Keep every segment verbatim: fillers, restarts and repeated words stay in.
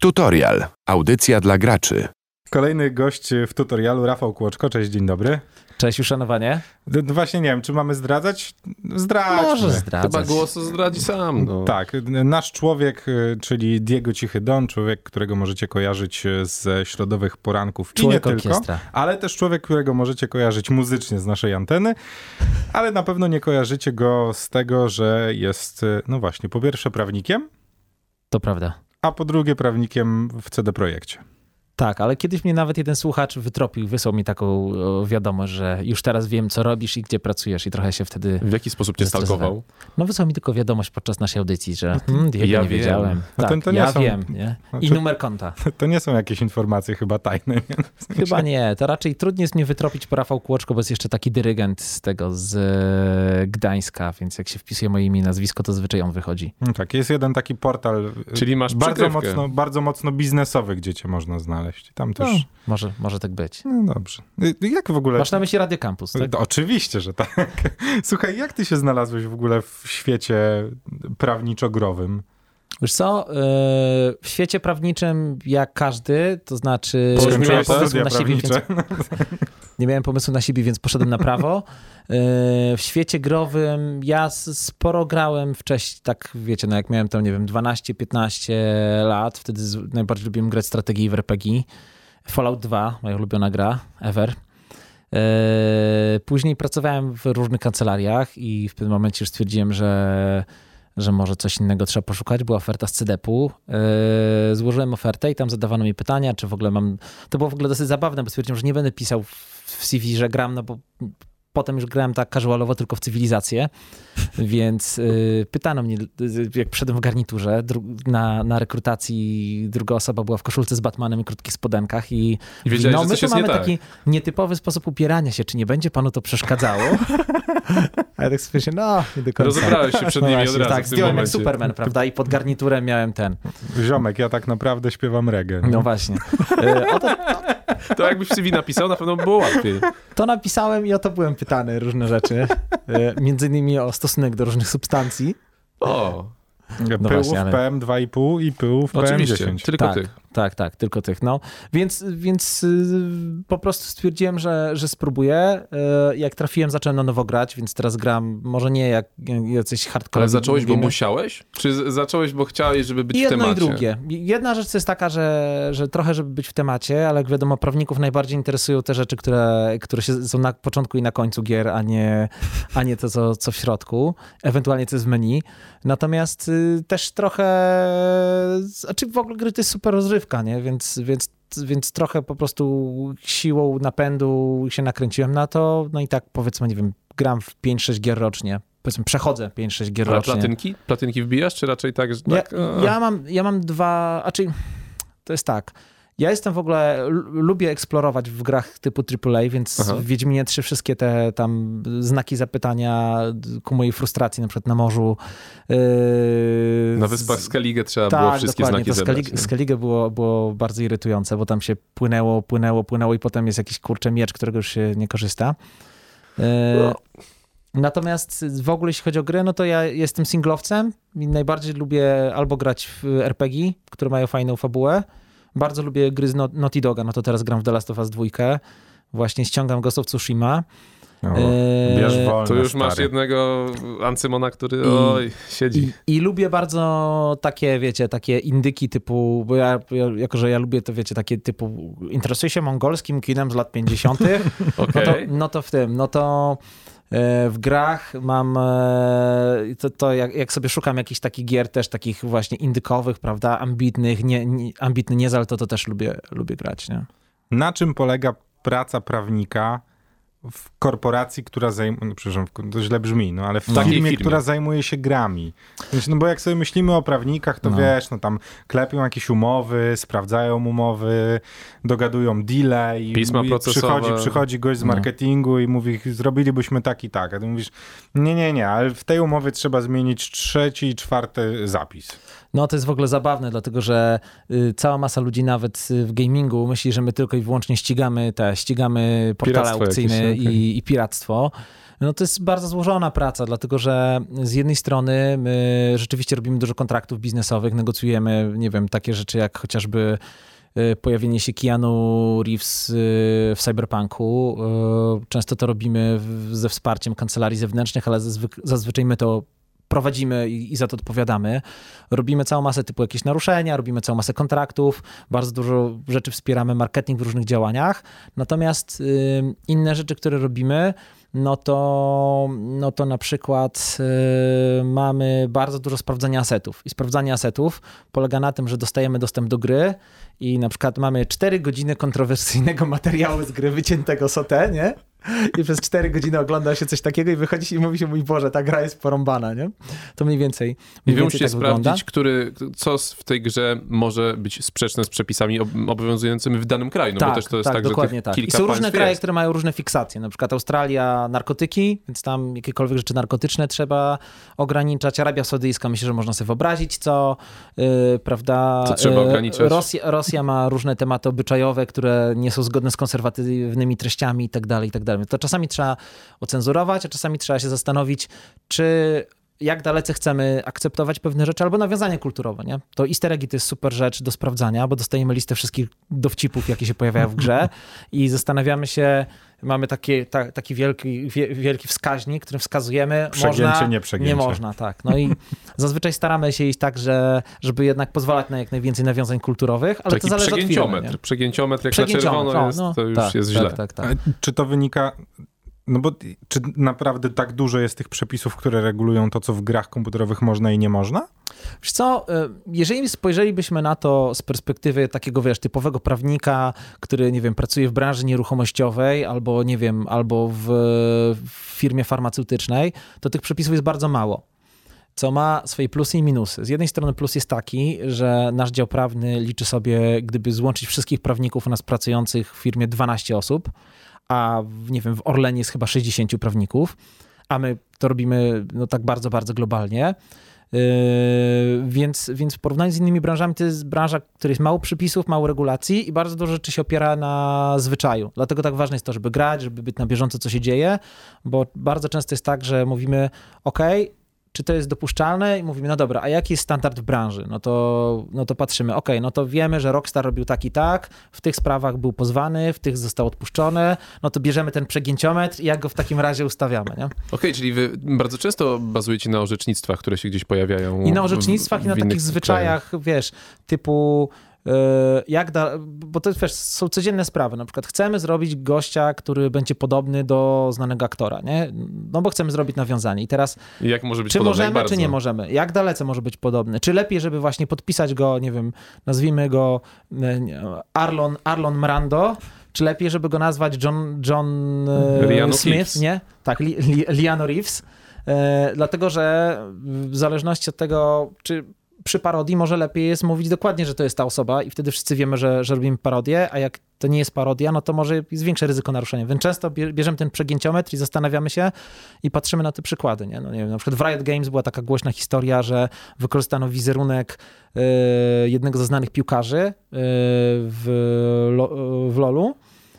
Tutorial. Audycja dla graczy. Kolejny gość w tutorialu, Rafał Kłoczko. Cześć, dzień dobry. Cześć, uszanowanie. D- właśnie nie wiem, czy mamy zdradzać? Zdradźmy. Może zdradzać. Chyba głosu zdradzi sam. No. Tak, nasz człowiek, czyli Diego Cichy Don, człowiek, którego możecie kojarzyć ze Środowych Poranków i Człowiek nie tylko, orkiestra. ale też człowiek, którego możecie kojarzyć muzycznie z naszej anteny, ale na pewno nie kojarzycie go z tego, że jest, no właśnie, po pierwsze prawnikiem, To prawda. a po drugie prawnikiem w C D Projekcie. Tak, ale kiedyś mnie nawet jeden słuchacz wytropił, wysłał mi taką o, wiadomość, że już teraz wiem, co robisz i gdzie pracujesz i trochę się wtedy... W jaki sposób cię stalkował? No wysłał mi tylko wiadomość podczas naszej audycji, że hmm, Diego, ja nie wiem. wiedziałem. No Tak, to- to nie ja są- wiem. Nie? I Znaczy- numer konta. To nie są jakieś informacje chyba tajne, nie? Chyba nie. To raczej trudniej jest mnie wytropić po Rafał Kłoczko, bo jest jeszcze taki dyrygent z tego, z e, Gdańska, więc jak się wpisuje moje imię i nazwisko, to zwyczaj on wychodzi. No tak, jest jeden taki portal, Czyli masz bardzo przykrywkę. mocno, bardzo mocno biznesowy, gdzie cię można znaleźć. Tam też... No, może, może tak być. No dobrze. Y, Jak w ogóle... Masz na myśli Radio Campus, tak? To oczywiście, że tak. Słuchaj, jak ty się znalazłeś w ogóle w świecie prawniczo-growym? Wiesz co, yy, w świecie prawniczym jak każdy, to znaczy nie Skończyłeś miałem pomysłu studia na siebie, więc, prawnicze. nie miałem pomysłu na siebie, więc poszedłem na prawo. Yy, w świecie growym ja s- sporo grałem wcześniej, tak wiecie, no jak miałem tam, nie wiem, dwanaście piętnaście lat, wtedy z, najbardziej lubiłem grać strategię w R P G. Fallout dwa, moja ulubiona gra, ever. Yy, później pracowałem w różnych kancelariach i w pewnym momencie już stwierdziłem, że że może coś innego trzeba poszukać. Była oferta z C D P u. Yy, złożyłem ofertę i tam zadawano mi pytania, czy w ogóle mam... To było w ogóle dosyć zabawne, bo stwierdziłem, że nie będę pisał w, w C V, że gram, no bo potem już grałem tak casualowo tylko w cywilizację, więc yy, pytano mnie, yy, jak przyszedłem w garniturze, dru- na, na rekrutacji druga osoba była w koszulce z Batmanem i krótkich spodenkach i, I wiedziałeś, no że my coś tu jest mamy nie tak. taki nietypowy sposób upierania się, czy nie będzie panu to przeszkadzało? A ja tak sobie no, nie do końca. Rozebrałeś się przed No nimi właśnie, od razu tak, w tym zdjąłem jak momencie. Superman, prawda? I pod garniturem miałem ten. Ziomek, ja tak naprawdę śpiewam reggae. nie? No właśnie. E, o to, To jakbyś w C V napisał, na pewno by było łatwiej. to napisałem i o to byłem pytany, różne rzeczy. E, między innymi o stosunek do różnych substancji. O, Pyłów właśnie, ale- P M dwa i pół i pyłów P M oczywiście, dziesięć. tylko tak, ty. tak, tak, tylko tych. No. Więc, więc y, po prostu stwierdziłem, że, że spróbuję. Y, jak trafiłem, zacząłem na nowo grać, więc teraz gram, może nie jak jacyś hardcore. Ale zacząłeś, bo musiałeś? Czy z- zacząłeś, bo chciałeś, żeby być I w jedno temacie? i drugie. Jedna rzecz to jest taka, że, że trochę, żeby być w temacie, ale jak wiadomo, prawników najbardziej interesują te rzeczy, które, które się, są na początku i na końcu gier, a nie, a nie to, co, co w środku. Ewentualnie co jest w menu. Natomiast y, też trochę... Znaczy w ogóle gry to jest super rozrywka, nie? Więc, więc, więc trochę po prostu siłą napędu się nakręciłem na to. No i tak powiedzmy, nie wiem, gram w pięć sześć gier rocznie. Powiedzmy, przechodzę pięć sześć gier Ale rocznie. platynki? Platynki wbijasz, czy raczej tak, że Ja, tak? a. ja, mam, ja mam dwa, a czyli to jest tak. Ja jestem w ogóle, l- lubię eksplorować w grach typu triple A, więc Aha. w Wiedźminie trzy wszystkie te tam znaki zapytania ku mojej frustracji, na przykład na morzu. Yy, Na Wyspach Skellige trzeba tak, było wszystkie dokładnie. znaki To zebrać. Skellig- nie? Skellige było, było bardzo irytujące, bo tam się płynęło, płynęło, płynęło i potem jest jakiś kurczę miecz, którego już się nie korzysta. Yy, No. Natomiast w ogóle jeśli chodzi o grę, no to ja jestem singlowcem i najbardziej lubię albo grać w R P G, które mają fajną fabułę. Bardzo lubię gry z Not- Naughty Doga, no to teraz gram w The Last of Us dwa. Właśnie ściągam Ghost of Tsushima. O, Eee, bierz wolno, To już stary. masz jednego Ancymona, który I- oj, siedzi. I, I lubię bardzo takie, wiecie, takie indyki typu, bo ja, ja, jako że ja lubię to, wiecie, takie typu, interesuję się mongolskim kinem z lat pięćdziesiątych, no, to, Okej. no to w tym, no to e, w grach mam, e, to, to jak, jak sobie szukam jakichś takich gier też takich właśnie indykowych, prawda, ambitnych, nie, nie, ambitny niezal, to to też lubię, lubię grać, nie? Na czym polega praca prawnika w korporacji, która zajmuje, no przepraszam, to źle brzmi, no ale w W takiej firmie, firmie. która zajmuje się grami. Wiesz, no bo jak sobie myślimy o prawnikach, to No. wiesz, no tam klepią jakieś umowy, sprawdzają umowy, dogadują deale i Pisma i procesowe. przychodzi, przychodzi gość z No. marketingu i mówi, zrobilibyśmy tak i tak, a ty mówisz, nie, nie, nie, ale w tej umowie trzeba zmienić trzeci i czwarty zapis. No to jest w ogóle zabawne, dlatego że y, cała masa ludzi nawet y, w gamingu myśli, że my tylko i wyłącznie ścigamy te, ścigamy portale Piractwo aukcyjne jakieś, okay. i, i piractwo. No to jest bardzo złożona praca, dlatego że z jednej strony my rzeczywiście robimy dużo kontraktów biznesowych, negocjujemy, nie wiem, takie rzeczy jak chociażby pojawienie się Keanu Reeves w Cyberpunku. Często to robimy ze wsparciem kancelarii zewnętrznych, ale zazwyczaj my to prowadzimy i, i za to odpowiadamy. Robimy całą masę typu jakieś naruszenia, robimy całą masę kontraktów, bardzo dużo rzeczy wspieramy, marketing w różnych działaniach. Natomiast y, inne rzeczy, które robimy, no to, no to na przykład y, mamy bardzo dużo sprawdzania asetów. I sprawdzanie asetów polega na tym, że dostajemy dostęp do gry i na przykład mamy cztery godziny kontrowersyjnego materiału z gry wyciętego sotę, nie? I przez cztery godziny ogląda się coś takiego i wychodzi i mówi się, mój Boże, ta gra jest porąbana, nie? To mniej więcej, mniej I wy więcej musicie tak sprawdzić, wygląda. który, co w tej grze może być sprzeczne z przepisami obowiązującymi w danym kraju. No tak, bo też to jest tak, tak, dokładnie że tak. kilka I są różne państw kraje, jest. które mają różne fiksacje. Na przykład Australia narkotyki, więc tam jakiekolwiek rzeczy narkotyczne trzeba ograniczać. Arabia Saudyjska, myślę, że można sobie wyobrazić, co, yy, prawda? Co trzeba Yy, ograniczać? Rosja, Rosja ma różne tematy obyczajowe, które nie są zgodne z konserwatywnymi treściami i tak dalej, i tak dalej. To czasami trzeba ocenzurować, a czasami trzeba się zastanowić, czy jak dalece chcemy akceptować pewne rzeczy, albo nawiązanie kulturowe, nie? To easter eggi to jest super rzecz do sprawdzania, bo dostajemy listę wszystkich dowcipów, jakie się pojawiają w grze i zastanawiamy się, mamy taki, ta, taki wielki, wie, wielki wskaźnik, którym wskazujemy, Przegięcie, można, nie przegięcie. nie można, tak. No i zazwyczaj staramy się iść tak, że, żeby jednak pozwalać na jak najwięcej nawiązań kulturowych, ale Taki to zależy od firmy. przegięciometr. Nie? Przegięciometr jak Przegięciometr, na czerwono o, jest, no, to już tak, jest tak, źle. Tak, tak. A czy to wynika... No bo czy naprawdę tak dużo jest tych przepisów, które regulują to, co w grach komputerowych można i nie można? Wiesz co, jeżeli spojrzelibyśmy na to z perspektywy takiego, wiesz, typowego prawnika, który, nie wiem, pracuje w branży nieruchomościowej albo, nie wiem, albo w, w firmie farmaceutycznej, to tych przepisów jest bardzo mało, co ma swoje plusy i minusy. Z jednej strony plus jest taki, że nasz dział prawny liczy sobie, gdyby złączyć wszystkich prawników u nas pracujących w firmie dwanaście osób, a w, nie wiem, w Orlenie jest chyba sześćdziesięciu prawników, a my to robimy no, tak bardzo, bardzo globalnie. Yy, więc, więc w porównaniu z innymi branżami to jest branża, w której jest mało przepisów, mało regulacji i bardzo dużo rzeczy się opiera na zwyczaju. Dlatego tak ważne jest to, żeby grać, żeby być na bieżąco, co się dzieje, bo bardzo często jest tak, że mówimy, ok, czy to jest dopuszczalne? I mówimy, no dobra, a jaki jest standard w branży? No to, no to patrzymy, ok, no to wiemy, że Rockstar robił tak i tak, w tych sprawach był pozwany, w tych został odpuszczony, no to bierzemy ten przegięciometr i jak go w takim razie ustawiamy, nie? Okej, okay, czyli wy bardzo często bazujecie na orzecznictwach, które się gdzieś pojawiają. I na orzecznictwach, w, i na w takich zwyczajach, krajach. wiesz, typu jak da, bo to wiesz, są codzienne sprawy, na przykład chcemy zrobić gościa, który będzie podobny do znanego aktora, nie? No bo chcemy zrobić nawiązanie i teraz I jak może być czy podobny, możemy, czy nie możemy? Jak dalece może być podobny? Czy lepiej, żeby właśnie podpisać go, nie wiem, nazwijmy go nie, Arlon, Arlon Mrando, czy lepiej, żeby go nazwać John, John e, Smith, Reeves. nie? Tak, Li, Li, Liano Reeves, e, dlatego, że w zależności od tego, czy przy parodii może lepiej jest mówić dokładnie, że to jest ta osoba i wtedy wszyscy wiemy, że, że robimy parodię, a jak to nie jest parodia, no to może jest większe ryzyko naruszenia. Więc często bierzemy ten przegięciometr i zastanawiamy się i patrzymy na te przykłady. Nie? No nie wiem, na przykład w Riot Games była taka głośna historia, że wykorzystano wizerunek y, jednego ze znanych piłkarzy y, w, lo, w lolu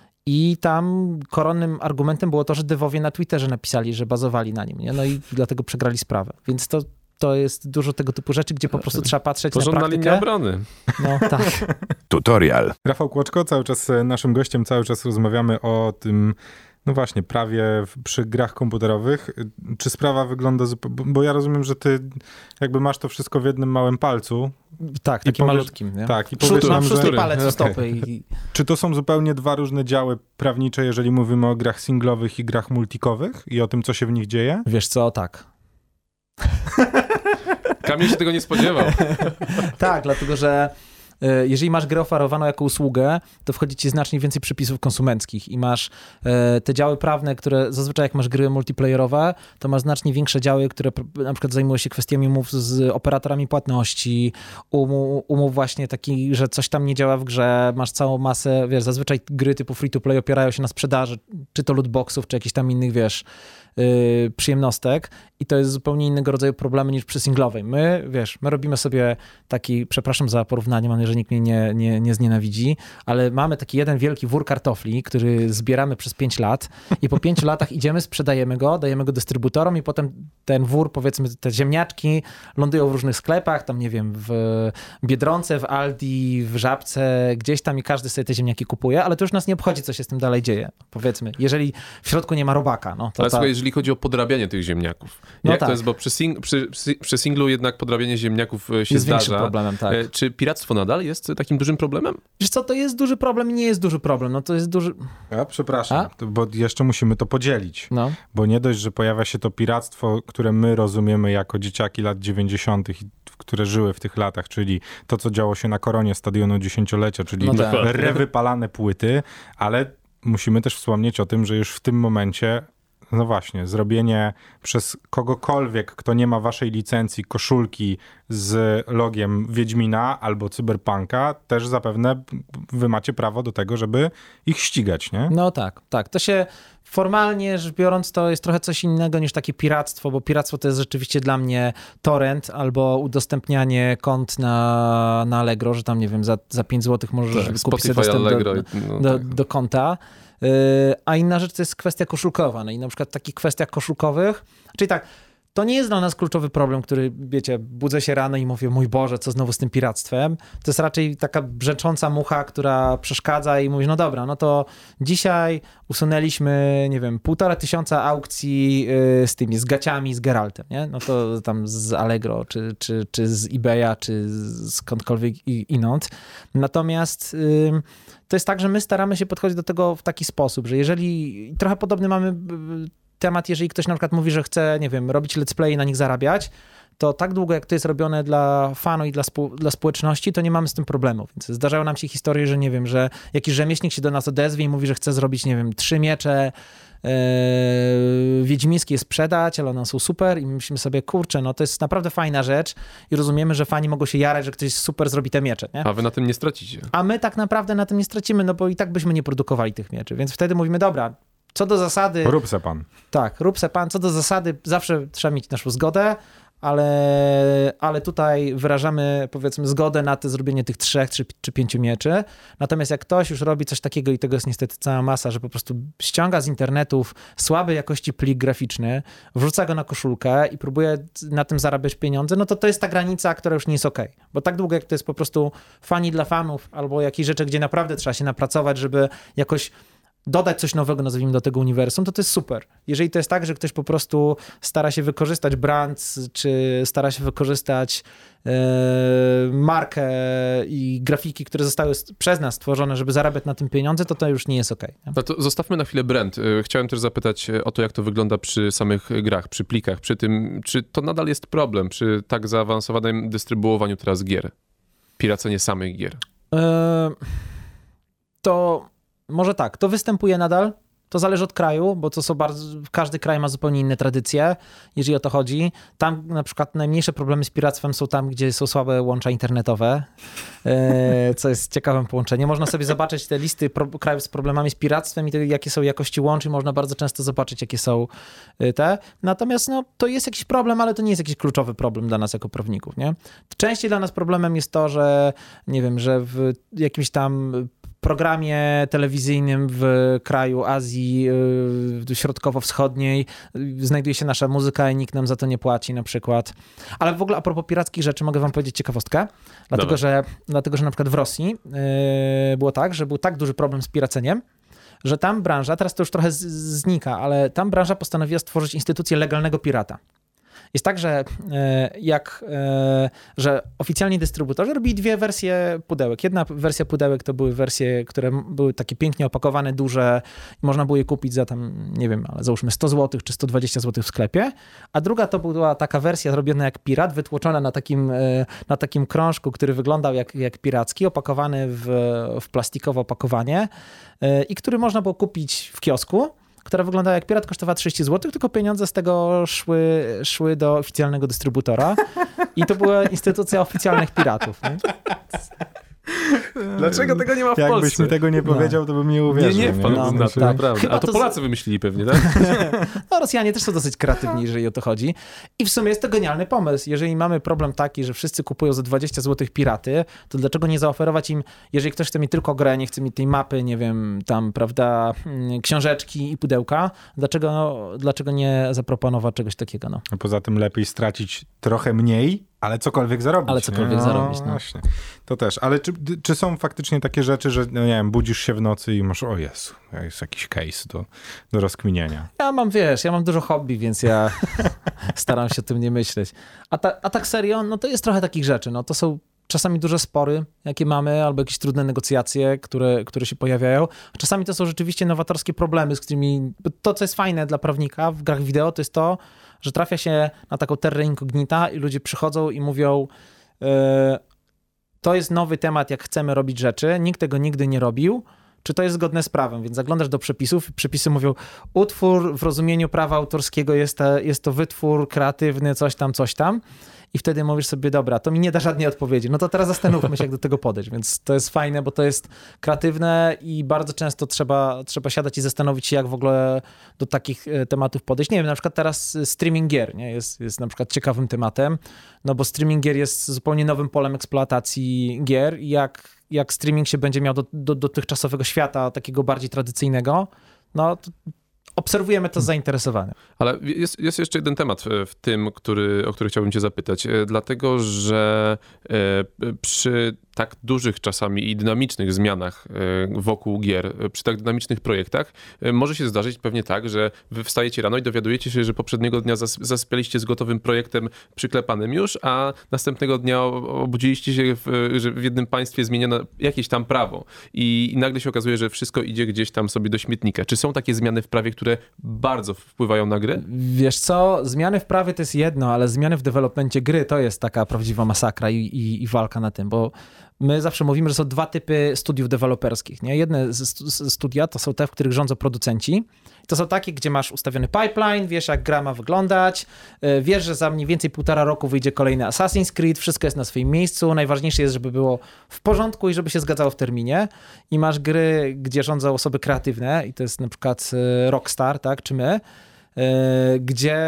i tam koronnym argumentem było to, że devowie na Twitterze napisali, że bazowali na nim. Nie? No i dlatego przegrali sprawę. Więc to To jest dużo tego typu rzeczy, gdzie po prostu trzeba patrzeć Porządna na praktykę. linia obrony. No tak. Tutorial. Rafał Kłoczko, cały czas naszym gościem, cały czas rozmawiamy o tym, no właśnie, prawie w, przy grach komputerowych. Czy sprawa wygląda zupełnie, bo ja rozumiem, że ty jakby masz to wszystko w jednym małym palcu. Tak, takim powiesz, malutkim. Nie? Tak, i Przód, powiesz mam nam, szósty że... palec u Okay. stopy. I... Czy to są zupełnie dwa różne działy prawnicze, jeżeli mówimy o grach singlowych i grach multikowych i o tym, co się w nich dzieje? Wiesz co, tak. Kamil się tego nie spodziewał. Tak, dlatego że y, jeżeli masz grę oferowaną jako usługę, to wchodzi ci znacznie więcej przepisów konsumenckich i masz y, te działy prawne, które zazwyczaj jak masz gry multiplayerowe, to masz znacznie większe działy, które na przykład zajmują się kwestiami umów z operatorami płatności, umów, umów właśnie takich, że coś tam nie działa w grze, masz całą masę, wiesz, zazwyczaj gry typu free-to-play opierają się na sprzedaży, czy to lootboxów, czy jakichś tam innych, wiesz, yy, przyjemnostek i to jest zupełnie innego rodzaju problemy niż przy singlowej. My, wiesz, my robimy sobie taki, przepraszam za porównanie, mam nadzieję, że nikt mnie nie, nie, nie znienawidzi, ale mamy taki jeden wielki wór kartofli, który zbieramy przez pięć lat i po pięciu latach idziemy, sprzedajemy go, dajemy go dystrybutorom i potem ten wór, powiedzmy, te ziemniaczki lądują w różnych sklepach, tam nie wiem, w Biedronce, w Aldi, w Żabce, gdzieś tam i każdy sobie te ziemniaki kupuje, ale to już nas nie obchodzi, co się z tym dalej dzieje. Powiedzmy, jeżeli w środku nie ma robaka. No, to ale ta... słuchaj, jeżeli chodzi o podrabianie tych ziemniaków, No jak tak. to jest, bo przy, sing, przy, przy singlu jednak podrabianie ziemniaków się jest większym zdarza. problemem, tak. E, Czy piractwo nadal jest takim dużym problemem? Wiesz co, to jest duży problem i nie jest duży problem. No to jest duży... Ja przepraszam, A? to- bo jeszcze musimy to podzielić. No. Bo nie dość, że pojawia się to piractwo, które my rozumiemy jako dzieciaki lat dziewięćdziesiątych, i- które żyły w tych latach, czyli to, co działo się na koronie stadionu dziesięciolecia, czyli No tak. rewypalane płyty, ale musimy też wspomnieć o tym, że już w tym momencie, no właśnie, zrobienie przez kogokolwiek, kto nie ma waszej licencji, koszulki z logiem Wiedźmina albo Cyberpunka, też zapewne wy macie prawo do tego, żeby ich ścigać, nie? No tak, tak. To się formalnie rzecz biorąc, to jest trochę coś innego niż takie piractwo, bo piractwo to jest rzeczywiście dla mnie torrent albo udostępnianie kont na, na Allegro, że tam, nie wiem, za, za pięć złotych możesz Tak, kupić sobie Spotify, dostęp Allegro. do, i- no, do, tak. do konta. Yy, a inna rzecz to jest kwestia koszulkowa. No i na przykład w takich kwestiach koszulkowych, czyli tak, to nie jest dla nas kluczowy problem, który, wiecie, budzę się rano i mówię, mój Boże, co znowu z tym piractwem. To jest raczej taka brzęcząca mucha, która przeszkadza i mówi, no dobra, no to dzisiaj usunęliśmy, nie wiem, półtora tysiąca aukcji yy, z tymi, z gaciami, z Geraltem, nie? No to tam z Allegro, czy, czy, czy z eBaya, czy skądkolwiek i- inąd. Natomiast yy, to jest tak, że my staramy się podchodzić do tego w taki sposób, że jeżeli, trochę podobny mamy yy, temat, jeżeli ktoś na przykład mówi, że chce, nie wiem, robić let's play i na nich zarabiać, to tak długo jak to jest robione dla fanu i dla, spół- dla społeczności, to nie mamy z tym problemu. Więc zdarzają nam się historie, że nie wiem, że jakiś rzemieślnik się do nas odezwie i mówi, że chce zrobić, nie wiem, trzy miecze yy, wiedźmińskie sprzedać, ale one są super i myślimy sobie, kurczę, no to jest naprawdę fajna rzecz i rozumiemy, że fani mogą się jarać, że ktoś super zrobi te miecze, nie? A wy na tym nie stracicie. A my tak naprawdę na tym nie stracimy, no bo i tak byśmy nie produkowali tych mieczy. Więc wtedy mówimy, dobra, co do zasady... Rób se pan. Tak, rób se pan. Co do zasady, zawsze trzeba mieć naszą zgodę, ale, ale tutaj wyrażamy, powiedzmy, zgodę na to zrobienie tych trzech czy, czy pięciu mieczy. Natomiast jak ktoś już robi coś takiego i tego jest niestety cała masa, że po prostu ściąga z internetów słabej jakości plik graficzny, wrzuca go na koszulkę i próbuje na tym zarabiać pieniądze, no to to jest ta granica, która już nie jest okej. Bo tak długo jak to jest po prostu fani dla fanów albo jakieś rzeczy, gdzie naprawdę trzeba się napracować, żeby jakoś dodać coś nowego, nazwijmy, do tego uniwersum, to to jest super. Jeżeli to jest tak, że ktoś po prostu stara się wykorzystać brand, czy stara się wykorzystać e, markę i grafiki, które zostały s- przez nas stworzone, żeby zarabiać na tym pieniądze, to to już nie jest okej. nie? No to zostawmy na chwilę brand. Y, Chciałem też zapytać o to, jak to wygląda przy samych grach, przy plikach, przy tym, czy to nadal jest problem przy tak zaawansowanym dystrybuowaniu teraz gier? Piracenie samych gier. E, to może tak, to występuje nadal. To zależy od kraju, bo to są bardzo, każdy kraj ma zupełnie inne tradycje, jeżeli o to chodzi. Tam na przykład najmniejsze problemy z piractwem są tam, gdzie są słabe łącza internetowe, e, co jest ciekawym połączeniem. Można sobie zobaczyć te listy pro, krajów z problemami z piractwem i te, jakie są jakości łącz i można bardzo często zobaczyć, jakie są y, te. Natomiast no, to jest jakiś problem, ale to nie jest jakiś kluczowy problem dla nas jako prawników, nie? Częściej dla nas problemem jest to, że nie wiem, że w jakimś tam programie telewizyjnym w kraju Azji yy, środkowo-wschodniej yy, znajduje się nasza muzyka i nikt nam za to nie płaci na przykład. Ale w ogóle a propos pirackich rzeczy mogę wam powiedzieć ciekawostkę, dlatego że, dlatego że na przykład w Rosji yy, było tak, że był tak duży problem z piraceniem, że tam branża, teraz to już trochę z- znika, ale tam branża postanowiła stworzyć instytucję legalnego pirata. Jest tak, że e, jak, e, że oficjalni dystrybutorzy robili dwie wersje pudełek. Jedna wersja pudełek to były wersje, które m- były takie pięknie opakowane, duże i można było je kupić za tam, nie wiem, ale załóżmy sto złotych czy sto dwadzieścia złotych w sklepie, a druga to była taka wersja zrobiona jak pirat, wytłoczona na takim, e, na takim krążku, który wyglądał jak, jak piracki, opakowany w, w plastikowe opakowanie e, i który można było kupić w kiosku, która wyglądała jak pirat, kosztowała trzydzieści złotych, tylko pieniądze z tego szły, szły do oficjalnego dystrybutora i to była instytucja oficjalnych piratów. Nie? Dlaczego tego nie ma w Jakbyś Polsce? mi tego nie powiedział, to bym nie uwierzył. Nie, nie, pan No, no, na to, tak. naprawdę. Chyba A to to Polacy wymyślili pewnie, tak? No, Rosjanie też są dosyć kreatywni, jeżeli o to chodzi. I w sumie jest to genialny pomysł. Jeżeli mamy problem taki, że wszyscy kupują za dwadzieścia złotych piraty, to dlaczego nie zaoferować im, jeżeli ktoś chce mieć tylko grę, nie chce mieć tej mapy, nie wiem, tam, prawda, książeczki i pudełka, dlaczego, no, dlaczego nie zaproponować czegoś takiego, no. A poza tym lepiej stracić trochę mniej, ale cokolwiek zarobić. Ale cokolwiek nie? zarobić, no. Właśnie. To też. Ale czy, czy są faktycznie takie rzeczy, że, no nie wiem, budzisz się w nocy i masz, o Jezu, jest jakiś case do, do rozkminienia. Ja mam, wiesz, ja mam dużo hobby, więc ja staram się o tym nie myśleć. A, ta, a tak serio, no to jest trochę takich rzeczy, no to są czasami duże spory, jakie mamy, albo jakieś trudne negocjacje, które, które się pojawiają. A czasami to są rzeczywiście nowatorskie problemy, z którymi... To, co jest fajne dla prawnika w grach wideo, to jest to, że trafia się na taką terra incognita i ludzie przychodzą i mówią yy, to jest nowy temat, jak chcemy robić rzeczy, nikt tego nigdy nie robił, czy to jest zgodne z prawem, więc zaglądasz do przepisów i przepisy mówią, utwór w rozumieniu prawa autorskiego jest to, jest to wytwór kreatywny, coś tam, coś tam. I wtedy mówisz sobie, dobra, to mi nie da żadnej odpowiedzi. No to teraz zastanówmy się, jak do tego podejść. Więc to jest fajne, bo to jest kreatywne i bardzo często trzeba, trzeba siadać i zastanowić się, jak w ogóle do takich tematów podejść. Nie wiem, na przykład teraz streaming gier nie? Jest, jest na przykład ciekawym tematem, no bo streaming gier jest zupełnie nowym polem eksploatacji gier i jak, jak streaming się będzie miał do, do dotychczasowego świata, takiego bardziej tradycyjnego, no to obserwujemy to z zainteresowaniem. Ale jest, jest jeszcze jeden temat w tym, który, o który chciałbym cię zapytać, dlatego że przy tak dużych czasami i dynamicznych zmianach wokół gier, przy tak dynamicznych projektach, może się zdarzyć pewnie tak, że wy wstajecie rano i dowiadujecie się, że poprzedniego dnia zas- zasypialiście z gotowym projektem przyklepanym już, a następnego dnia obudziliście się, w, że w jednym państwie zmieniono jakieś tam prawo i, i nagle się okazuje, że wszystko idzie gdzieś tam sobie do śmietnika. Czy są takie zmiany w prawie, które bardzo wpływają na grę? Wiesz co, zmiany w prawie to jest jedno, ale zmiany w developmencie gry to jest taka prawdziwa masakra i, i, i walka na tym, bo my zawsze mówimy, że są dwa typy studiów deweloperskich. Nie? Jedne z studia to są te, w których rządzą producenci. To są takie, gdzie masz ustawiony pipeline, wiesz jak gra ma wyglądać, wiesz, że za mniej więcej półtora roku wyjdzie kolejny Assassin's Creed, wszystko jest na swoim miejscu, najważniejsze jest, żeby było w porządku i żeby się zgadzało w terminie. I masz gry, gdzie rządzą osoby kreatywne i to jest na przykład Rockstar, tak, czy my, gdzie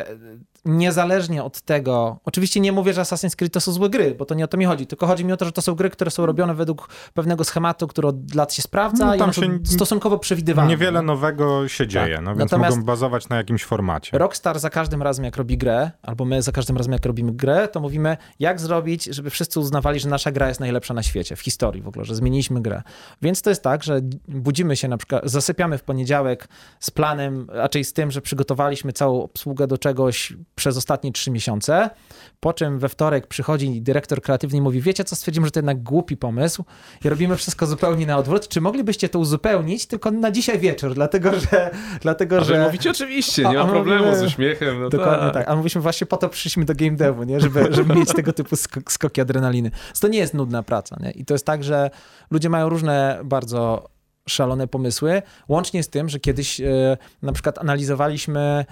niezależnie od tego, oczywiście nie mówię, że Assassin's Creed to są złe gry, bo to nie o to mi chodzi, tylko chodzi mi o to, że to są gry, które są robione według pewnego schematu, który od lat się sprawdza no, i one są stosunkowo przewidywalne. Niewiele nowego się dzieje, tak. No więc Natomiast mogą bazować na jakimś formacie. Rockstar za każdym razem, jak robi grę, albo my za każdym razem, jak robimy grę, to mówimy, jak zrobić, żeby wszyscy uznawali, że nasza gra jest najlepsza na świecie, w historii w ogóle, że zmieniliśmy grę. Więc to jest tak, że budzimy się na przykład, zasypiamy w poniedziałek z planem, raczej z tym, że przygotowaliśmy całą obsługę do czegoś przez ostatnie trzy miesiące, po czym we wtorek przychodzi dyrektor kreatywny i mówi, wiecie co, stwierdzimy, że to jednak głupi pomysł i robimy wszystko zupełnie na odwrót. Czy moglibyście to uzupełnić tylko na dzisiaj wieczór, dlatego że... Dlatego, a że mówicie oczywiście, nie ma problemu mówimy, z uśmiechem. No dokładnie tak. tak. A mówiliśmy właśnie po to przyszliśmy do game devu, nie? Żeby, żeby mieć tego typu skok- skoki adrenaliny. Więc to nie jest nudna praca. Nie? I to jest tak, że ludzie mają różne bardzo szalone pomysły, łącznie z tym, że kiedyś e, na przykład analizowaliśmy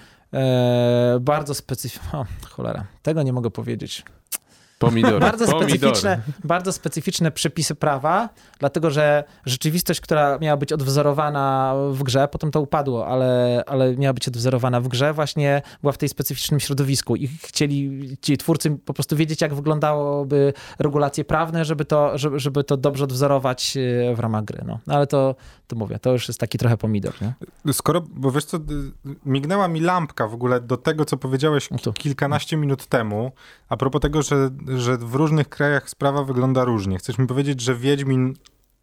e, bardzo specyficzne... Cholera, tego nie mogę powiedzieć. Pomidory. Bardzo Pomidory. specyficzne, bardzo specyficzne przepisy prawa, dlatego że rzeczywistość, która miała być odwzorowana w grze, potem to upadło, ale, ale miała być odwzorowana w grze, właśnie była w tej specyficznym środowisku i chcieli ci twórcy po prostu wiedzieć, jak wyglądałoby regulacje prawne, żeby to, żeby, żeby to dobrze odwzorować w ramach gry. No. Ale to, to mówię, to już jest taki trochę pomidor. Nie? Skoro, bo wiesz co, mignęła mi lampka w ogóle do tego, co powiedziałeś no kilkanaście minut temu, a propos tego, że że w różnych krajach sprawa wygląda różnie. Chcesz mi powiedzieć, że Wiedźmin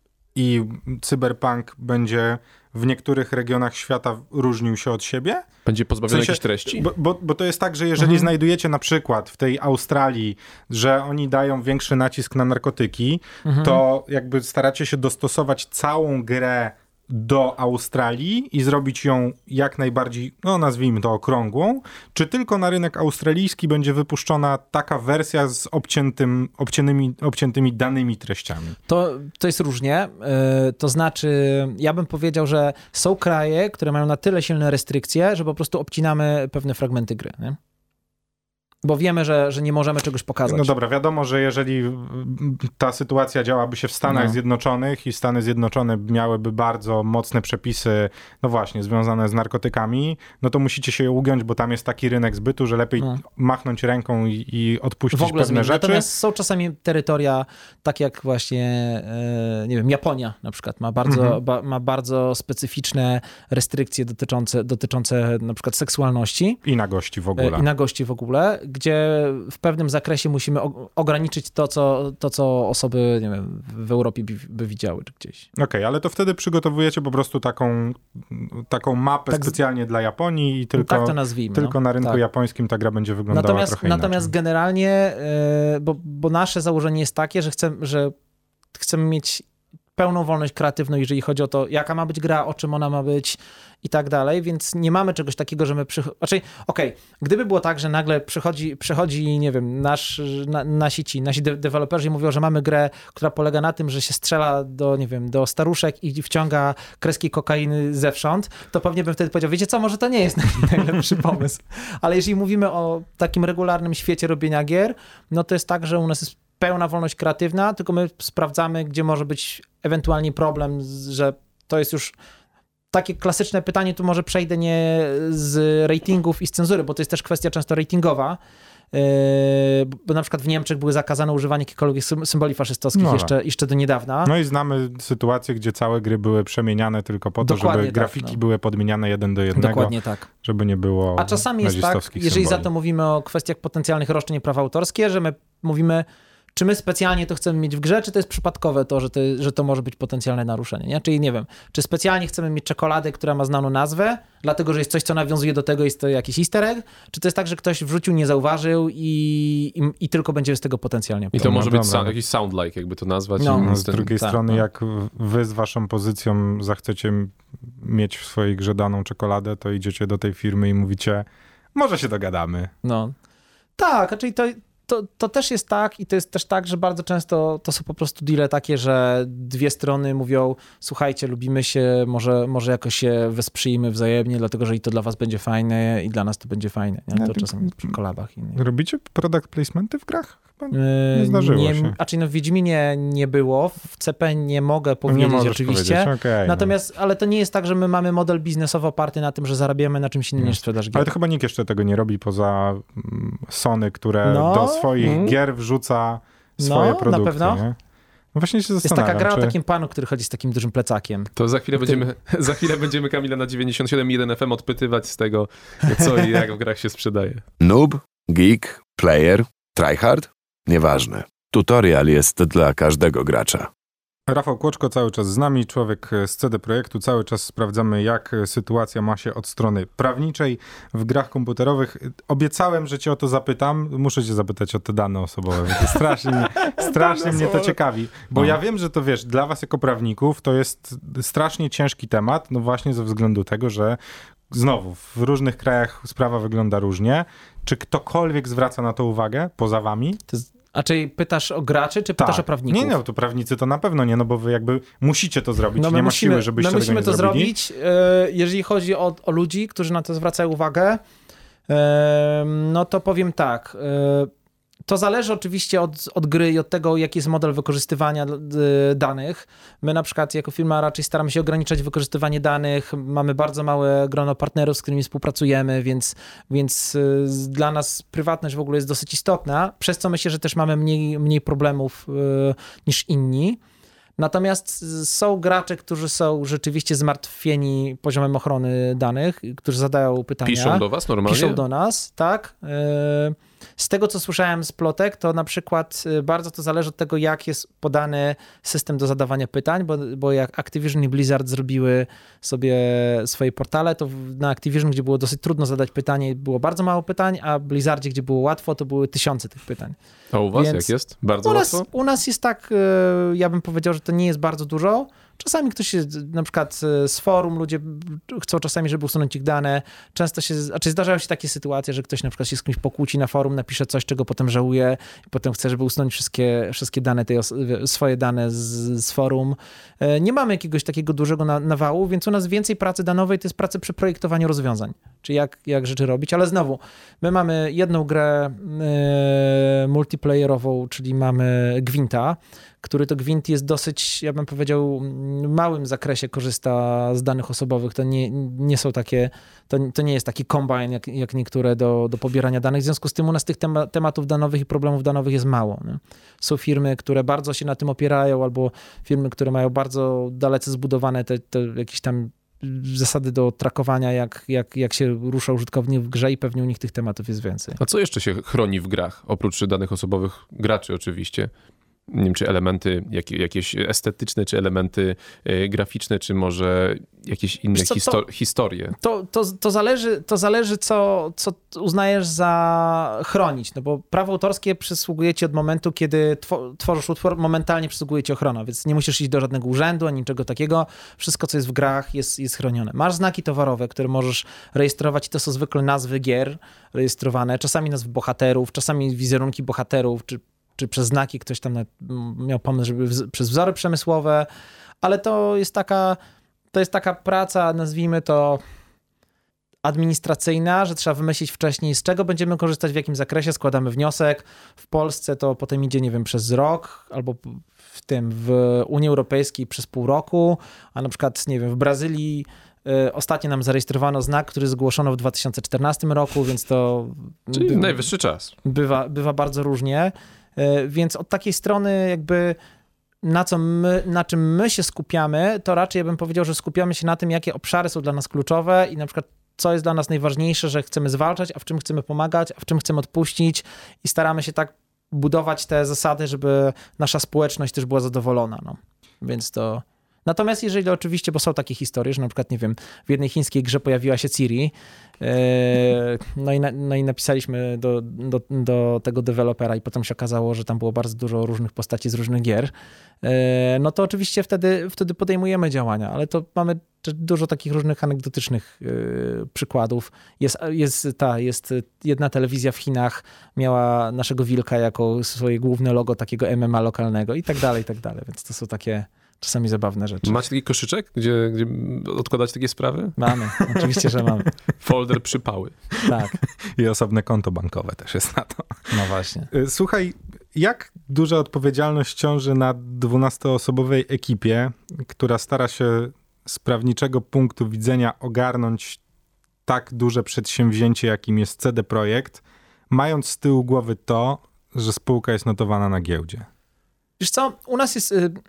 i Cyberpunk będzie w niektórych regionach świata różnił się od siebie? Będzie pozbawiony w sensie, jakiejś treści? Bo, bo, bo to jest tak, że jeżeli mhm. znajdujecie na przykład w tej Australii, że oni dają większy nacisk na narkotyki, mhm. to jakby staracie się dostosować całą grę do Australii i zrobić ją jak najbardziej, no nazwijmy to okrągłą, czy tylko na rynek australijski będzie wypuszczona taka wersja z obciętym, obciętymi, obciętymi danymi treściami? To, to jest różnie. Yy, to znaczy, ja bym powiedział, że są kraje, które mają na tyle silne restrykcje, że po prostu obcinamy pewne fragmenty gry. Nie? bo wiemy, że, że nie możemy czegoś pokazać. No dobra, wiadomo, że jeżeli ta sytuacja działaby się w Stanach no. Zjednoczonych i Stany Zjednoczone miałyby bardzo mocne przepisy, no właśnie, związane z narkotykami, no to musicie się ugiąć, bo tam jest taki rynek zbytu, że lepiej no. machnąć ręką i, i odpuścić w ogóle pewne zmieni. rzeczy. Natomiast są czasami terytoria, tak jak właśnie, e, nie wiem, Japonia na przykład ma bardzo, mhm. ba, ma bardzo specyficzne restrykcje dotyczące, dotyczące na przykład seksualności. I nagości w ogóle. I nagości w ogóle, gdzie w pewnym zakresie musimy ograniczyć to, co, to, co osoby, nie wiem, w Europie by, by widziały czy gdzieś. Okej, okay, ale to wtedy przygotowujecie po prostu taką, taką mapę tak, specjalnie dla Japonii i tylko, tak to nazwijmy, tylko no. na rynku tak. japońskim ta gra będzie wyglądała natomiast, trochę inaczej. Natomiast generalnie, bo, bo nasze założenie jest takie, że chcemy, że chcemy mieć pełną wolność kreatywną, jeżeli chodzi o to, jaka ma być gra, o czym ona ma być i tak dalej, więc nie mamy czegoś takiego, że my przychodzimy... Znaczy, okej, okay, gdyby było tak, że nagle przychodzi, przychodzi nie wiem, nasz, na, nasi ci, nasi de- deweloperzy i mówią, że mamy grę, która polega na tym, że się strzela do, nie wiem, do staruszek i wciąga kreski kokainy zewsząd, to pewnie bym wtedy powiedział, wiecie co, może to nie jest najlepszy pomysł. Ale jeżeli mówimy o takim regularnym świecie robienia gier, no to jest tak, że u nas jest pełna wolność kreatywna, tylko my sprawdzamy, gdzie może być ewentualnie problem, że to jest już takie klasyczne pytanie, tu może przejdę nie z ratingów i z cenzury, bo to jest też kwestia często ratingowa, yy, bo na przykład w Niemczech były zakazane używanie jakichkolwiek symboli faszystowskich no jeszcze, jeszcze do niedawna. No i znamy sytuacje, gdzie całe gry były przemieniane tylko po to, Dokładnie żeby tak, grafiki no. były podmieniane jeden do jednego. Dokładnie tak. Żeby nie było A czasami jest tak, jeżeli symboli. za to mówimy o kwestiach potencjalnych roszczeń o prawa autorskie, że my mówimy, czy my specjalnie to chcemy mieć w grze, czy to jest przypadkowe to, że to, że to może być potencjalne naruszenie, nie? Czyli nie wiem, czy specjalnie chcemy mieć czekoladę, która ma znaną nazwę, dlatego, że jest coś, co nawiązuje do tego, jest to jakiś easter egg, czy to jest tak, że ktoś wrzucił, nie zauważył i, i, i tylko będzie z tego potencjalnie. I to może być sound, jakiś sound-like, jakby to nazwać. No, no z drugiej tak, strony, no. jak wy z waszą pozycją zachcecie mieć w swojej grze daną czekoladę, to idziecie do tej firmy i mówicie, może się dogadamy. No, tak, czyli to... To, to też jest tak i to jest też tak, że bardzo często to są po prostu deale takie, że dwie strony mówią, słuchajcie, lubimy się, może, może jakoś się wesprzyjmy wzajemnie, dlatego że i to dla was będzie fajne i dla nas to będzie fajne. Nie? To ja czasami jest przy kolabach. Innych. Robicie product placementy w grach? Chyba nie zdarzyło nie, się. A czyli no w Wiedźminie nie było, w C P nie mogę powiedzieć nie oczywiście, powiedzieć. Okay, natomiast, no. ale to nie jest tak, że my mamy model biznesowy oparty na tym, że zarabiamy na czymś innym niż sprzedaż gier. Ale to chyba nikt jeszcze tego nie robi poza Sony, które no. do swoich mm. gier wrzuca swoje no, produkty. Na pewno. Nie? No właśnie się zastanawiam. Jest taka gra czy... o takim panu, który chodzi z takim dużym plecakiem. To za chwilę, będziemy, za chwilę będziemy Kamila na dziewięćdziesiąt siedem i jeden F M odpytywać z tego, co i jak w grach się sprzedaje. Noob, geek, player, tryhard? Nieważne. Tutorial jest dla każdego gracza. Rafał Kłoczko cały czas z nami, człowiek z C D Projektu. Cały czas sprawdzamy, jak sytuacja ma się od strony prawniczej w grach komputerowych. Obiecałem, że cię o to zapytam. Muszę cię zapytać o te dane osobowe. To strasznie mnie, strasznie mnie to ciekawi. Bo no. ja wiem, że to wiesz, dla was jako prawników to jest strasznie ciężki temat, no właśnie ze względu tego, że znowu, w różnych krajach sprawa wygląda różnie. Czy ktokolwiek zwraca na to uwagę poza wami? To jest... A czy pytasz o graczy, czy pytasz tak. o prawników? Nie, no to prawnicy to na pewno nie, no bo wy jakby musicie to zrobić, no nie ma musimy, siły, żebyście my musimy tego nie to zrobili. zrobić, jeżeli chodzi o, o ludzi, którzy na to zwracają uwagę, no to powiem tak, to zależy oczywiście od, od gry i od tego, jaki jest model wykorzystywania danych. My na przykład jako firma raczej staramy się ograniczać wykorzystywanie danych. Mamy bardzo małe grono partnerów, z którymi współpracujemy, więc, więc dla nas prywatność w ogóle jest dosyć istotna, przez co myślę, że też mamy mniej, mniej problemów niż inni. Natomiast są gracze, którzy są rzeczywiście zmartwieni poziomem ochrony danych, którzy zadają pytania. Piszą do was normalnie? Piszą do nas, tak. Z tego, co słyszałem z plotek, to na przykład bardzo to zależy od tego, jak jest podany system do zadawania pytań, bo, bo jak Activision i Blizzard zrobiły sobie swoje portale, to na Activision, gdzie było dosyć trudno zadać pytanie, było bardzo mało pytań, a w Blizzardzie, gdzie było łatwo, to były tysiące tych pytań. A u was Więc jak jest? Bardzo u nas, łatwo? U nas jest tak, ja bym powiedział, że to nie jest bardzo dużo. Czasami ktoś się, na przykład z forum, ludzie chcą czasami, żeby usunąć ich dane. Często się, znaczy zdarzają się takie sytuacje, że ktoś na przykład się z kimś pokłóci na forum, napisze coś, czego potem żałuje i potem chce, żeby usunąć wszystkie, wszystkie dane, tej swoje dane z, z forum. Nie mamy jakiegoś takiego dużego na, nawału, więc u nas więcej pracy danowej to jest praca przy projektowaniu rozwiązań. czy jak, jak rzeczy robić, ale znowu, my mamy jedną grę yy, multiplayerową, czyli mamy Gwinta, który to Gwint jest dosyć, ja bym powiedział, w małym zakresie korzysta z danych osobowych. To nie, nie są takie, to, to nie jest taki combine jak, jak niektóre do, do pobierania danych. W związku z tym u nas tych tema, tematów danowych i problemów danowych jest mało. Nie? Są firmy, które bardzo się na tym opierają, albo firmy, które mają bardzo dalece zbudowane te, te jakieś tam zasady do trakowania, jak, jak, jak się rusza użytkownik w grze i pewnie u nich tych tematów jest więcej. A co jeszcze się chroni w grach, oprócz danych osobowych graczy oczywiście? Nie wiem, czy elementy jak, jakieś estetyczne, czy elementy y, graficzne, czy może jakieś inne co, histo- to, historie. To, to, to zależy, to zależy co, co uznajesz za chronić, no bo prawo autorskie przysługuje ci od momentu, kiedy two, tworzysz utwór, momentalnie przysługuje ci ochrona, więc nie musisz iść do żadnego urzędu, ani niczego takiego. Wszystko, co jest w grach, jest, jest chronione. Masz znaki towarowe, które możesz rejestrować i to są zwykle nazwy gier rejestrowane, czasami nazwy bohaterów, czasami wizerunki bohaterów, czy czy przez znaki ktoś tam miał pomysł, żeby wz- przez wzory przemysłowe, ale to jest taka, to jest taka praca, nazwijmy to administracyjna, że trzeba wymyślić wcześniej, z czego będziemy korzystać, w jakim zakresie, składamy wniosek. W Polsce to potem idzie, nie wiem, przez rok, albo w tym, w Unii Europejskiej przez pół roku, a na przykład, nie wiem, w Brazylii y, ostatnio nam zarejestrowano znak, który zgłoszono w dwa tysiące czternastym roku, więc to... Czyli by, najwyższy czas. Bywa, bywa bardzo różnie. Więc od takiej strony jakby na, co my, na czym my się skupiamy, to raczej ja bym powiedział, że skupiamy się na tym, jakie obszary są dla nas kluczowe i na przykład co jest dla nas najważniejsze, że chcemy zwalczać, a w czym chcemy pomagać, a w czym chcemy odpuścić i staramy się tak budować te zasady, żeby nasza społeczność też była zadowolona. No. Więc to... Natomiast jeżeli oczywiście, bo są takie historie, że na przykład, nie wiem, w jednej chińskiej grze pojawiła się Ciri, yy, no, i na, no i napisaliśmy do, do, do tego dewelopera i potem się okazało, że tam było bardzo dużo różnych postaci z różnych gier, yy, no to oczywiście wtedy, wtedy podejmujemy działania, ale to mamy dużo takich różnych anegdotycznych yy, przykładów. Jest, jest, ta, jest jedna telewizja w Chinach, miała naszego wilka jako swoje główne logo takiego M M A lokalnego i tak dalej, i tak dalej, więc to są takie... Czasami zabawne rzeczy. Macie taki koszyczek, gdzie, gdzie odkładać takie sprawy? Mamy, oczywiście, że mamy. Folder przypały. Tak. I osobne konto bankowe też jest na to. No właśnie. Słuchaj, jak duża odpowiedzialność ciąży na dwunastoosobowej ekipie, która stara się z prawniczego punktu widzenia ogarnąć tak duże przedsięwzięcie, jakim jest C D Projekt, mając z tyłu głowy to, że spółka jest notowana na giełdzie? Wiesz co, u nas jest... Y-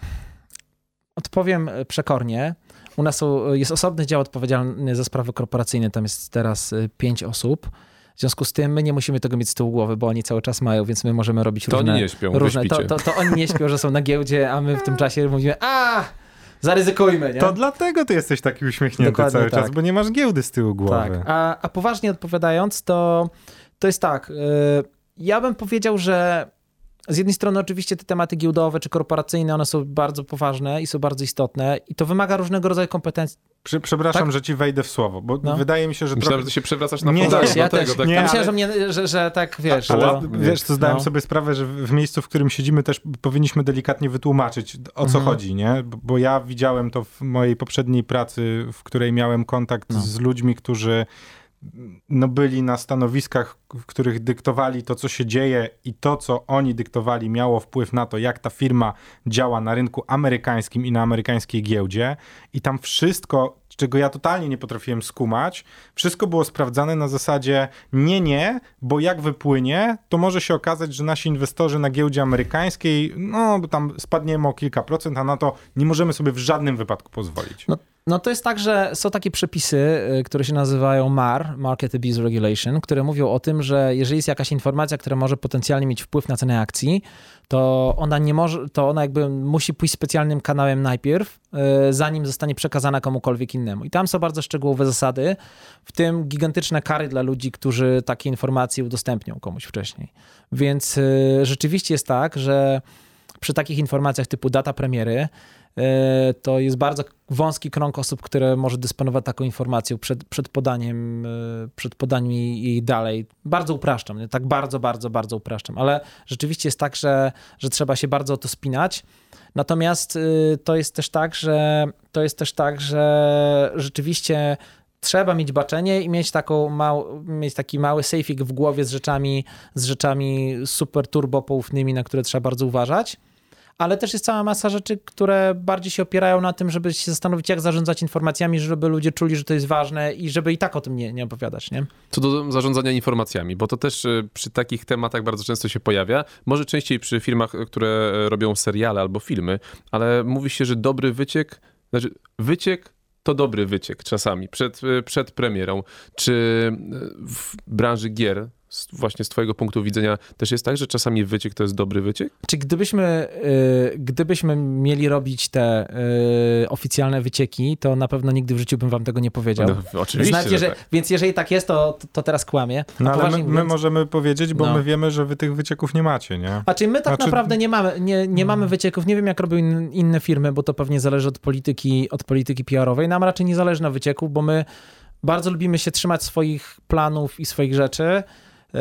Odpowiem przekornie. U nas są, jest osobny dział odpowiedzialny za sprawy korporacyjne. Tam jest teraz pięć osób. W związku z tym my nie musimy tego mieć z tyłu głowy, bo oni cały czas mają, więc my możemy robić to różne... oni nie śpią, różne to, to, to oni nie śpią, że są na giełdzie, a my w tym czasie mówimy, a zaryzykujmy, nie? To dlatego ty jesteś taki uśmiechnięty Dokładnie cały tak. czas, bo nie masz giełdy z tyłu głowy. Tak. A, a poważnie odpowiadając, to, to jest tak. Yy, ja bym powiedział, że z jednej strony oczywiście te tematy giełdowe czy korporacyjne, one są bardzo poważne i są bardzo istotne i to wymaga różnego rodzaju kompetencji. Prze- przepraszam, Tak? że ci wejdę w słowo, bo No. wydaje mi się, że Myślałem, trochę... że ty się przewracasz na Nie, podanie Też, do ja tego. też. Tak, Nie, ja ale- myślałem, że, mnie, że, że tak, wiesz... Ale to, wiesz, to zdałem no. sobie sprawę, że w w miejscu, w którym siedzimy też powinniśmy delikatnie wytłumaczyć, o co Mhm. chodzi, nie? Bo, bo ja widziałem to w mojej poprzedniej pracy, w której miałem kontakt No. z ludźmi, którzy no, byli na stanowiskach, w których dyktowali to, co się dzieje i to, co oni dyktowali, miało wpływ na to, jak ta firma działa na rynku amerykańskim i na amerykańskiej giełdzie. I tam wszystko, czego ja totalnie nie potrafiłem skumać, wszystko było sprawdzane na zasadzie nie, nie, bo jak wypłynie, to może się okazać, że nasi inwestorzy na giełdzie amerykańskiej, no bo tam spadniemy o kilka procent, a na to nie możemy sobie w żadnym wypadku pozwolić. No, no to jest tak, że są takie przepisy, y, które się nazywają M A R, Market Abuse Regulation, które mówią o tym, że jeżeli jest jakaś informacja, która może potencjalnie mieć wpływ na cenę akcji, to ona nie może, to ona jakby musi pójść specjalnym kanałem najpierw, y, zanim zostanie przekazana komukolwiek innemu. I tam są bardzo szczegółowe zasady, w tym gigantyczne kary dla ludzi, którzy takie informacje udostępnią komuś wcześniej. Więc y, rzeczywiście jest tak, że przy takich informacjach typu data premiery, to jest bardzo wąski krąg osób, które może dysponować taką informacją przed, przed podaniem, przed podaniem jej, jej dalej. Bardzo upraszczam, nie? Tak bardzo, bardzo, bardzo upraszczam, ale rzeczywiście jest tak, że, że trzeba się bardzo o to spinać. Natomiast to jest też tak, że to jest też tak, że rzeczywiście trzeba mieć baczenie i mieć, taką mał, mieć taki mały sejfik w głowie z rzeczami, z rzeczami super turbo poufnymi, na które trzeba bardzo uważać. Ale też jest cała masa rzeczy, które bardziej się opierają na tym, żeby się zastanowić, jak zarządzać informacjami, żeby ludzie czuli, że to jest ważne i żeby i tak o tym nie, nie opowiadać, nie? Co do zarządzania informacjami, bo to też przy takich tematach bardzo często się pojawia. Może częściej przy firmach, które robią seriale albo filmy, ale mówi się, że dobry wyciek, znaczy wyciek to dobry wyciek czasami przed, przed premierą. Czy w branży gier, właśnie z twojego punktu widzenia, też jest tak, że czasami wyciek to jest dobry wyciek? Czy gdybyśmy, y, gdybyśmy mieli robić te y, oficjalne wycieki, to na pewno nigdy w życiu bym wam tego nie powiedział. No, oczywiście, Znacie, że, tak. Więc jeżeli tak jest, to, to teraz kłamię. No ale my, mówiąc, my możemy powiedzieć, bo no. my wiemy, że wy tych wycieków nie macie, nie? A czyli my tak Znaczy- naprawdę nie mamy, nie, nie mamy wycieków. Nie wiem, jak robią in, inne firmy, bo to pewnie zależy od polityki, od polityki P R owej. Nam raczej nie zależy na wycieku, bo my bardzo lubimy się trzymać swoich planów i swoich rzeczy. Yy,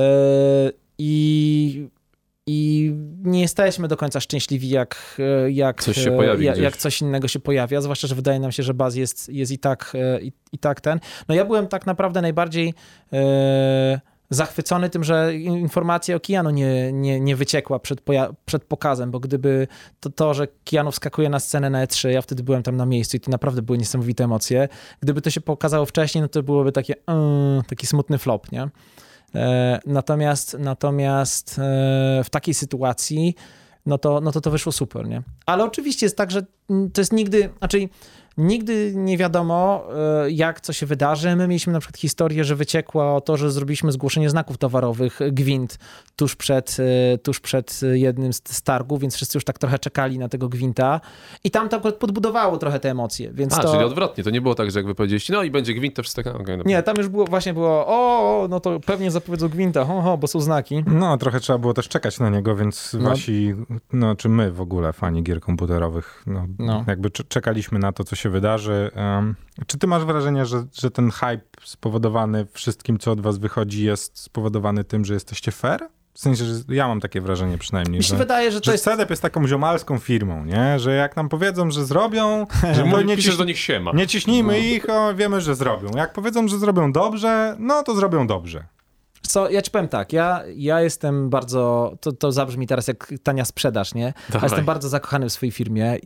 I, I nie jesteśmy do końca szczęśliwi, jak, jak, Coś się pojawi jak, gdzieś. jak coś innego się pojawia, zwłaszcza, że wydaje nam się, że Baz jest, jest i, tak, i, i tak ten. No ja byłem tak naprawdę najbardziej yy, zachwycony tym, że informacja o Keanu nie, nie, nie wyciekła przed, poja- przed pokazem, bo gdyby to, to, że Keanu wskakuje na scenę na E trzy, ja wtedy byłem tam na miejscu i to naprawdę były niesamowite emocje. Gdyby to się pokazało wcześniej, no to byłoby takie, yy, taki smutny flop, nie? Natomiast, natomiast w takiej sytuacji, no to, no to to wyszło super, nie? Ale oczywiście jest tak, że to jest nigdy, znaczy nigdy nie wiadomo, jak co się wydarzy. My mieliśmy na przykład historię, że wyciekło to, że zrobiliśmy zgłoszenie znaków towarowych Gwint tuż przed, tuż przed jednym z targów, więc wszyscy już tak trochę czekali na tego Gwinta i tam to podbudowało trochę te emocje. Więc A, to... czyli odwrotnie, to nie było tak, że jak wy powiedzieliście, no i będzie Gwint, to wszyscy tak, okay, Nie, tam już było, właśnie było, o, no to pewnie zapowiedzą Gwinta, ho, ho, bo są znaki. No, trochę trzeba było też czekać na niego, więc No. wasi, no czy my w ogóle, fani gier komputerowych, no, No. jakby cze- czekaliśmy na to, co się wydarzy. Um, czy ty masz wrażenie, że, że ten hype spowodowany wszystkim, co od was wychodzi, jest spowodowany tym, że jesteście fair? W sensie, że ja mam takie wrażenie przynajmniej, Mi się że, wydaje, że to że jest... C D P jest taką ziomalską firmą, nie? Że jak nam powiedzą, że zrobią, że Mówi, my nie, piszesz ciś... do nich siema. nie ciśnijmy No. ich, o, wiemy, że zrobią. Jak powiedzą, że zrobią dobrze, no to zrobią dobrze. Co, ja ci powiem tak, ja, ja jestem bardzo, to, to zabrzmi teraz jak tania sprzedaż, nie? Ale Dawaj. jestem bardzo zakochany w swojej firmie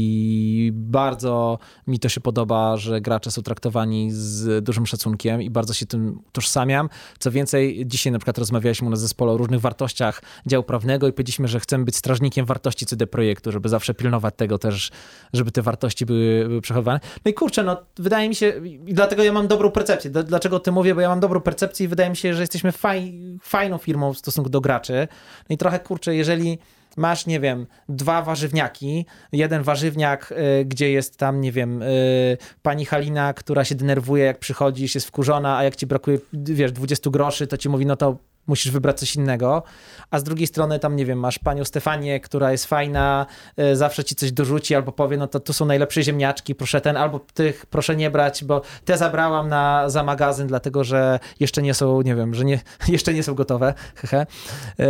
i bardzo mi to się podoba, że gracze są traktowani z dużym szacunkiem i bardzo się tym utożsamiam. Co więcej, dzisiaj na przykład rozmawialiśmy u nas w zespole o różnych wartościach działu prawnego i powiedzieliśmy, że chcemy być strażnikiem wartości C D Projektu, żeby zawsze pilnować tego też, żeby te wartości były, były przechowywane. No i kurczę, no wydaje mi się, i dlatego ja mam dobrą percepcję. D- dlaczego o tym mówię? Bo ja mam dobrą percepcję i wydaje mi się, że jesteśmy Faj, fajną firmą w stosunku do graczy. No i trochę, kurczę, jeżeli masz, nie wiem, dwa warzywniaki, jeden warzywniak, y, gdzie jest tam, nie wiem, y, pani Halina, która się denerwuje, jak przychodzisz, jest wkurzona, a jak ci brakuje, wiesz, dwadzieścia groszy, to ci mówi, no to musisz wybrać coś innego, a z drugiej strony tam, nie wiem, masz panią Stefanię, która jest fajna, y, zawsze ci coś dorzuci albo powie, no to tu są najlepsze ziemniaczki, proszę ten, albo tych proszę nie brać, bo te zabrałam na, za magazyn, dlatego, że jeszcze nie są, nie wiem, że nie, jeszcze nie są gotowe, hehe. Y,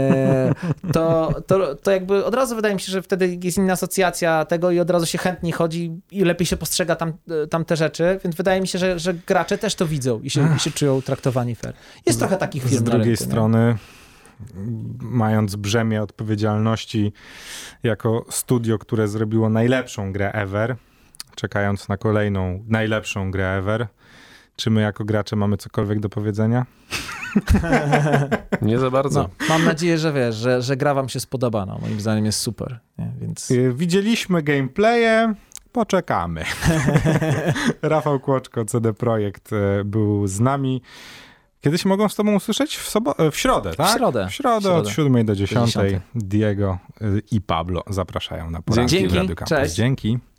to, to, to jakby od razu wydaje mi się, że wtedy jest inna asocjacja tego i od razu się chętniej chodzi i lepiej się postrzega tam, tam te rzeczy, więc wydaje mi się, że, że gracze też to widzą i się, i się czują traktowani fair. Jest trochę takich firm Z na drugiej rynku, nie? strony, mając brzemię odpowiedzialności jako studio, które zrobiło najlepszą grę ever, czekając na kolejną najlepszą grę ever, czy my jako gracze mamy cokolwiek do powiedzenia? Nie za bardzo. No, mam nadzieję, że wiesz, że, że gra wam się spodoba, no, moim zdaniem jest super, nie? Więc... Y, Widzieliśmy gameplaye, poczekamy. Rafał Kłoczko, C D Projekt, y, był z nami. Kiedy się mogą z tobą usłyszeć? W, sobo- w środę, tak? W środę. W środę, W środę. od siódmej do dziesiątej. dziesiątej. Diego y, i Pablo zapraszają na poranki Dzięki. w Radio Campus. Cześć. Dzięki.